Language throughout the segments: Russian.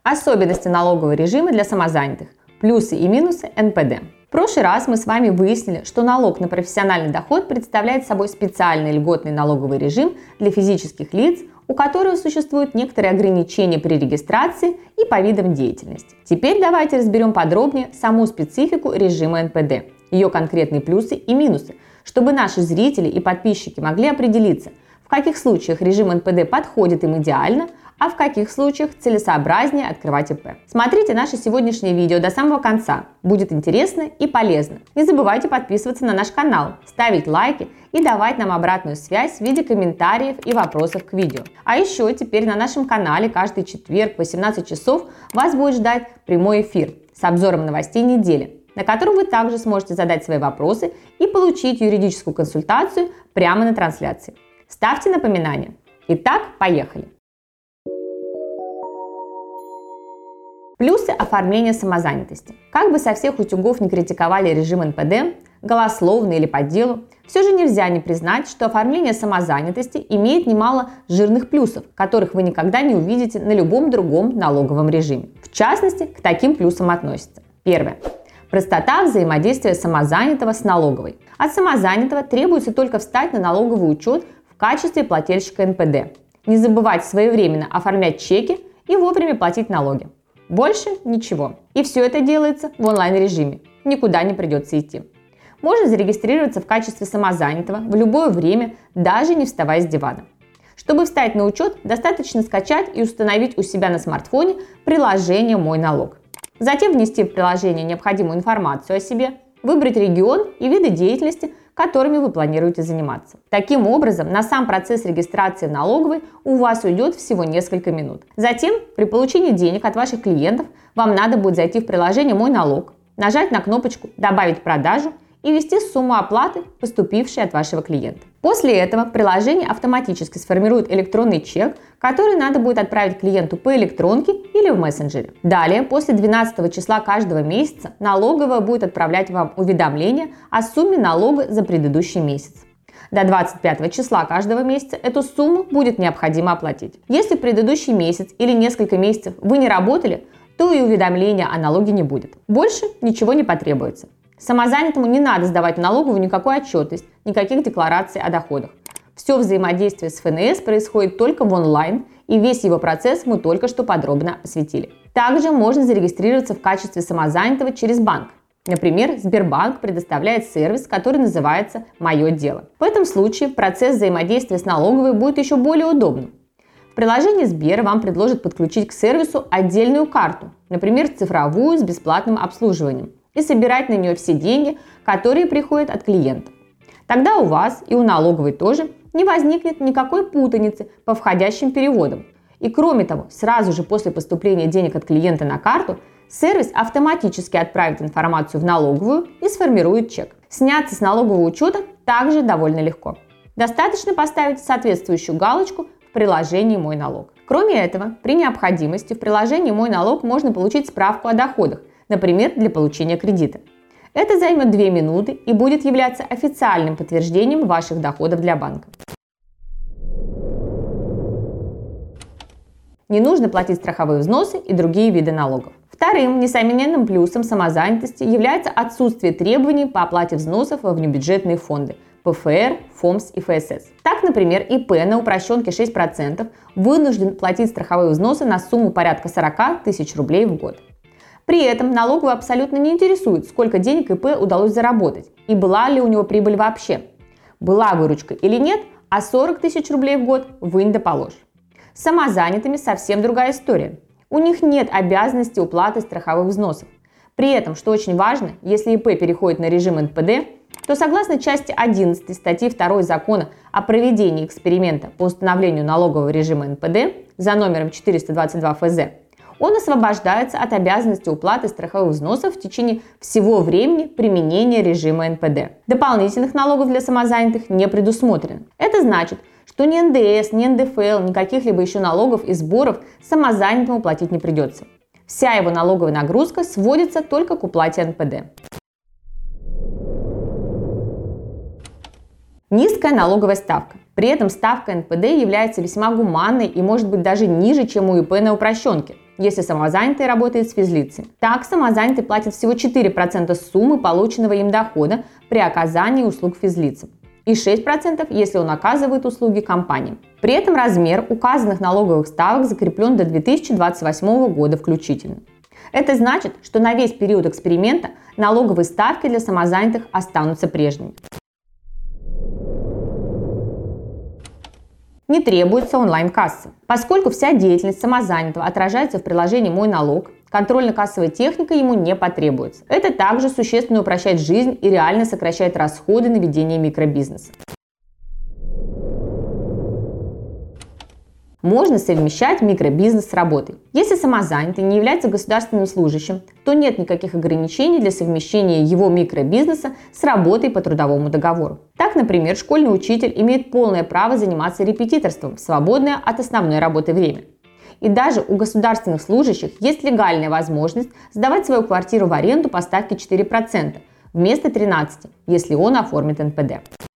Особенности налогового режима для самозанятых. Плюсы и минусы НПД. В прошлый раз мы с вами выяснили, что налог на профессиональный доход представляет собой специальный льготный налоговый режим для физических лиц, у которого существуют некоторые ограничения при регистрации и по видам деятельности. Теперь давайте разберем подробнее саму специфику режима НПД, ее конкретные плюсы и минусы, чтобы наши зрители и подписчики могли определиться, в каких случаях режим НПД подходит им идеально, а в каких случаях целесообразнее открывать ИП. Смотрите наше сегодняшнее видео до самого конца, будет интересно и полезно. Не забывайте подписываться на наш канал, ставить лайки и давать нам обратную связь в виде комментариев и вопросов к видео. А еще теперь на нашем канале каждый четверг в 18 часов вас будет ждать прямой эфир с обзором новостей недели, на котором вы также сможете задать свои вопросы и получить юридическую консультацию прямо на трансляции. Ставьте напоминания. Итак, поехали! Плюсы оформления самозанятости. Как бы со всех утюгов не критиковали режим НПД, голословно или по делу, все же нельзя не признать, что оформление самозанятости имеет немало жирных плюсов, которых вы никогда не увидите на любом другом налоговом режиме. В частности, к таким плюсам относятся. Первое. Простота взаимодействия самозанятого с налоговой. От самозанятого требуется только встать на налоговый учет в качестве плательщика НПД, не забывать своевременно оформлять чеки и вовремя платить налоги. Больше ничего. И все это делается в онлайн-режиме. Никуда не придется идти. Можно зарегистрироваться в качестве самозанятого в любое время, даже не вставая с дивана. Чтобы встать на учет, достаточно скачать и установить у себя на смартфоне приложение «Мой налог». Затем внести в приложение необходимую информацию о себе, выбрать регион и виды деятельности, которыми вы планируете заниматься. Таким образом, на сам процесс регистрации в налоговой у вас уйдет всего несколько минут. Затем, при получении денег от ваших клиентов, вам надо будет зайти в приложение «Мой налог», нажать на кнопочку «Добавить продажу» и ввести сумму оплаты, поступившей от вашего клиента. После этого приложение автоматически сформирует электронный чек, который надо будет отправить клиенту по электронке или в мессенджере. Далее, после 12 числа каждого месяца, налоговая будет отправлять вам уведомление о сумме налога за предыдущий месяц. До 25 числа каждого месяца эту сумму будет необходимо оплатить. Если в предыдущий месяц или несколько месяцев вы не работали, то и уведомления о налоге не будет. Больше ничего не потребуется. Самозанятому не надо сдавать в налоговую никакую отчетность, никаких деклараций о доходах. Все взаимодействие с ФНС происходит только в онлайн, и весь его процесс мы только что подробно осветили. Также можно зарегистрироваться в качестве самозанятого через банк. Например, Сбербанк предоставляет сервис, который называется «Мое дело». В этом случае процесс взаимодействия с налоговой будет еще более удобным. В приложении Сбер вам предложат подключить к сервису отдельную карту, например, цифровую с бесплатным обслуживанием, и собирать на нее все деньги, которые приходят от клиента. Тогда у вас и у налоговой тоже не возникнет никакой путаницы по входящим переводам. И кроме того, сразу же после поступления денег от клиента на карту, сервис автоматически отправит информацию в налоговую и сформирует чек. Сняться с налогового учета также довольно легко. Достаточно поставить соответствующую галочку в приложении «Мой налог». Кроме этого, при необходимости в приложении «Мой налог» можно получить справку о доходах, например, для получения кредита. Это займет 2 минуты и будет являться официальным подтверждением ваших доходов для банка. Не нужно платить страховые взносы и другие виды налогов. Вторым несомненным плюсом самозанятости является отсутствие требований по оплате взносов во внебюджетные фонды ПФР, ФОМС и ФСС. Так, например, ИП на упрощенке 6% вынужден платить страховые взносы на сумму порядка 40 тысяч рублей в год. При этом налоговую абсолютно не интересует, сколько денег ИП удалось заработать и была ли у него прибыль вообще. Была выручка или нет, а 40 тысяч рублей в год вынь да положь. С самозанятыми совсем другая история. У них нет обязанности уплаты страховых взносов. При этом, что очень важно, если ИП переходит на режим НПД, то согласно части 11 статьи 2 Закона о проведении эксперимента по установлению налогового режима НПД за номером 422 ФЗ, он освобождается от обязанности уплаты страховых взносов в течение всего времени применения режима НПД. Дополнительных налогов для самозанятых не предусмотрено. Это значит, что ни НДС, ни НДФЛ, ни каких-либо еще налогов и сборов самозанятому платить не придется. Вся его налоговая нагрузка сводится только к уплате НПД. Низкая налоговая ставка. При этом ставка НПД является весьма гуманной и может быть даже ниже, чем у ИП на упрощенке. если самозанятый работает с физлицами. Так, самозанятый платит всего 4% суммы полученного им дохода при оказании услуг физлицам и 6%, если он оказывает услуги компаниям. При этом размер указанных налоговых ставок закреплен до 2028 года включительно. Это значит, что на весь период эксперимента налоговые ставки для самозанятых останутся прежними. Не требуется онлайн-кассы. Поскольку вся деятельность самозанятого отражается в приложении «Мой налог», контрольно-кассовая техника ему не потребуется. Это также существенно упрощает жизнь и реально сокращает расходы на ведение микробизнеса. Можно совмещать микробизнес с работой. Если самозанятый не является государственным служащим, то нет никаких ограничений для совмещения его микробизнеса с работой по трудовому договору. Так, например, школьный учитель имеет полное право заниматься репетиторством в свободное от основной работы время. И даже у государственных служащих есть легальная возможность сдавать свою квартиру в аренду по ставке 4% вместо 13%, если он оформит НПД.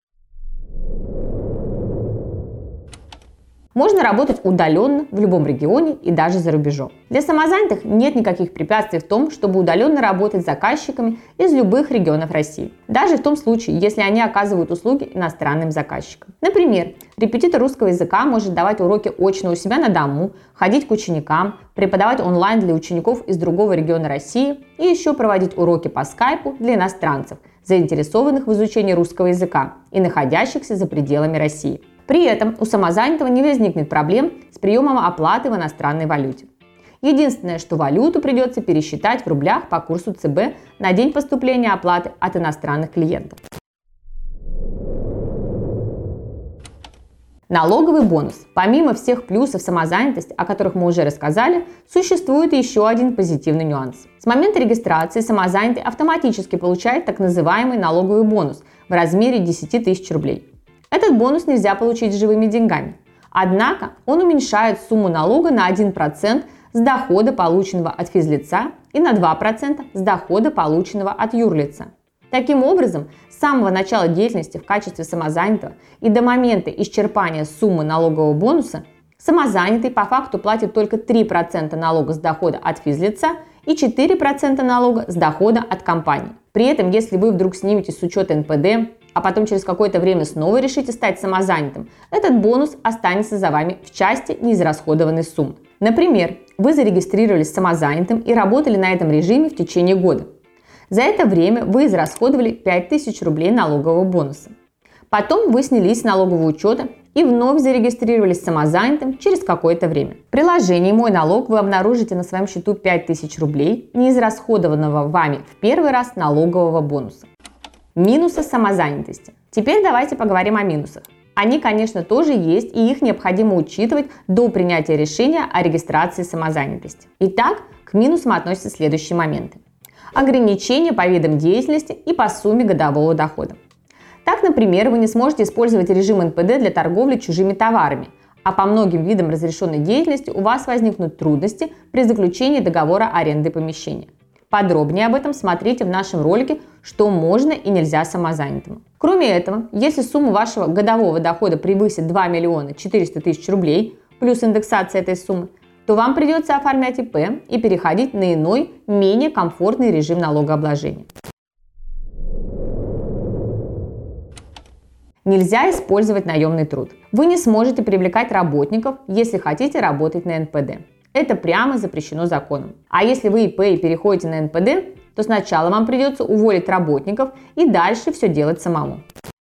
Можно работать удаленно в любом регионе и даже за рубежом. Для самозанятых нет никаких препятствий в том, чтобы удаленно работать с заказчиками из любых регионов России. Даже в том случае, если они оказывают услуги иностранным заказчикам. Например, репетитор русского языка может давать уроки очно у себя на дому, ходить к ученикам, преподавать онлайн для учеников из другого региона России и еще проводить уроки по скайпу для иностранцев, заинтересованных в изучении русского языка и находящихся за пределами России. При этом у самозанятого не возникнет проблем с приемом оплаты в иностранной валюте. Единственное, что валюту придется пересчитать в рублях по курсу ЦБ на день поступления оплаты от иностранных клиентов. Налоговый бонус. Помимо всех плюсов самозанятости, о которых мы уже рассказали, существует еще один позитивный нюанс. С момента регистрации самозанятый автоматически получает так называемый налоговый бонус в размере 10 тысяч рублей. Этот бонус нельзя получить живыми деньгами. Однако он уменьшает сумму налога на 1% с дохода, полученного от физлица, и на 2% с дохода, полученного от юрлица. Таким образом, с самого начала деятельности в качестве самозанятого и до момента исчерпания суммы налогового бонуса самозанятый по факту платит только 3% налога с дохода от физлица и 4% налога с дохода от компании. При этом, если вы вдруг сниметесь с учета НПД, а потом через какое-то время снова решите стать самозанятым, этот бонус останется за вами в части неизрасходованной суммы. Например, вы зарегистрировались самозанятым и работали на этом режиме в течение года. За это время вы израсходовали 5000 рублей налогового бонуса. Потом вы снялись с налогового учета и вновь зарегистрировались самозанятым через какое-то время. В приложении «Мой налог» вы обнаружите на своем счету 5000 рублей неизрасходованного вами в первый раз налогового бонуса. Минусы самозанятости. Теперь давайте поговорим о минусах. Они, конечно, тоже есть, и их необходимо учитывать до принятия решения о регистрации самозанятости. Итак, к минусам относятся следующие моменты. Ограничения по видам деятельности и по сумме годового дохода. Так, например, вы не сможете использовать режим НПД для торговли чужими товарами, а по многим видам разрешенной деятельности у вас возникнут трудности при заключении договора аренды помещения. Подробнее об этом смотрите в нашем ролике «Что можно и нельзя самозанятому». Кроме этого, если сумма вашего годового дохода превысит 2 миллиона 400 тысяч рублей плюс индексация этой суммы, то вам придется оформлять ИП и переходить на иной, менее комфортный режим налогообложения. Нельзя использовать наемный труд. Вы не сможете привлекать работников, если хотите работать на НПД. Это прямо запрещено законом. А если вы ИП и переходите на НПД, то сначала вам придется уволить работников и дальше все делать самому.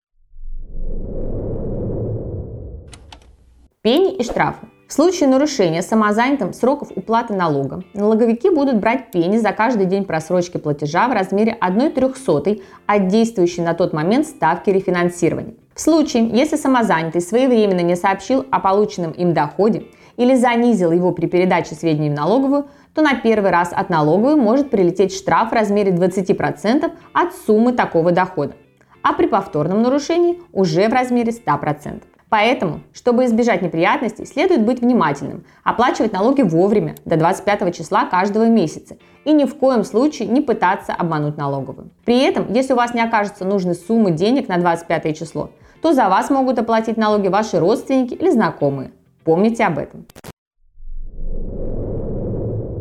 Пени и штрафы. В случае нарушения самозанятым сроков уплаты налога, налоговики будут брать пени за каждый день просрочки платежа в размере 1/300 от действующей на тот момент ставки рефинансирования. В случае, если самозанятый своевременно не сообщил о полученном им доходе или занизил его при передаче сведений в налоговую, то на первый раз от налоговой может прилететь штраф в размере 20% от суммы такого дохода, а при повторном нарушении уже в размере 100%. Поэтому, чтобы избежать неприятностей, следует быть внимательным, оплачивать налоги вовремя, до 25 числа каждого месяца, и ни в коем случае не пытаться обмануть налоговую. При этом, если у вас не окажется нужной суммы денег на 25 число, то за вас могут оплатить налоги ваши родственники или знакомые. Помните об этом.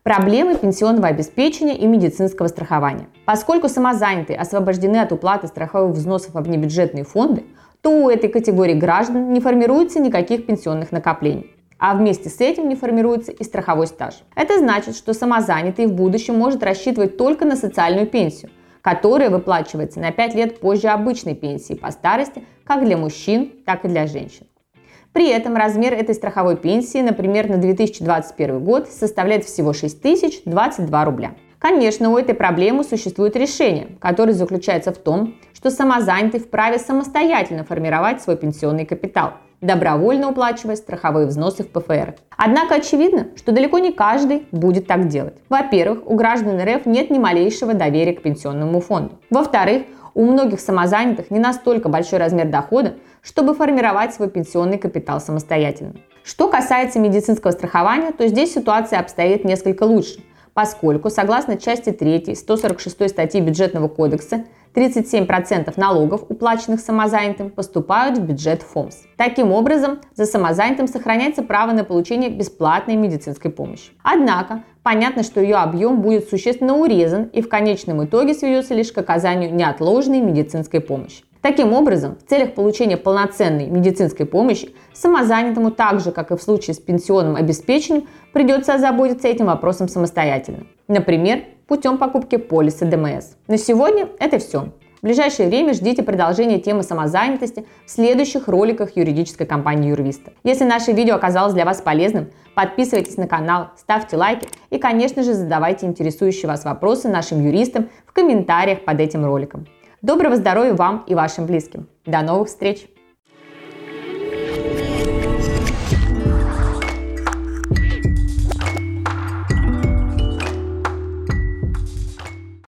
Проблемы пенсионного обеспечения и медицинского страхования. Поскольку самозанятые освобождены от уплаты страховых взносов в внебюджетные фонды, то у этой категории граждан не формируется никаких пенсионных накоплений. А вместе с этим не формируется и страховой стаж. Это значит, что самозанятый в будущем может рассчитывать только на социальную пенсию, которая выплачивается на 5 лет позже обычной пенсии по старости как для мужчин, так и для женщин. При этом размер этой страховой пенсии, например, на 2021 год составляет всего 6022 рубля. Конечно, у этой проблемы существует решение, которое заключается в том, что самозанятый вправе самостоятельно формировать свой пенсионный капитал, добровольно уплачивая страховые взносы в ПФР. Однако очевидно, что далеко не каждый будет так делать. Во-первых, у граждан РФ нет ни малейшего доверия к пенсионному фонду. Во-вторых, у многих самозанятых не настолько большой размер дохода, чтобы формировать свой пенсионный капитал самостоятельно. Что касается медицинского страхования, то здесь ситуация обстоит несколько лучше, поскольку, согласно части 3 146 статьи Бюджетного кодекса, 37% налогов, уплаченных самозанятым, поступают в бюджет ФОМС. Таким образом, за самозанятым сохраняется право на получение бесплатной медицинской помощи. Однако, понятно, что ее объем будет существенно урезан и в конечном итоге сведется лишь к оказанию неотложной медицинской помощи. Таким образом, в целях получения полноценной медицинской помощи самозанятому, так же, как и в случае с пенсионным обеспечением, придется озаботиться этим вопросом самостоятельно. Например, путем покупки полиса ДМС. На сегодня это все. В ближайшее время ждите продолжения темы самозанятости в следующих роликах юридической компании Юрвиста. Если наше видео оказалось для вас полезным, подписывайтесь на канал, ставьте лайки и, конечно же, задавайте интересующие вас вопросы нашим юристам в комментариях под этим роликом. Доброго здоровья вам и вашим близким. До новых встреч!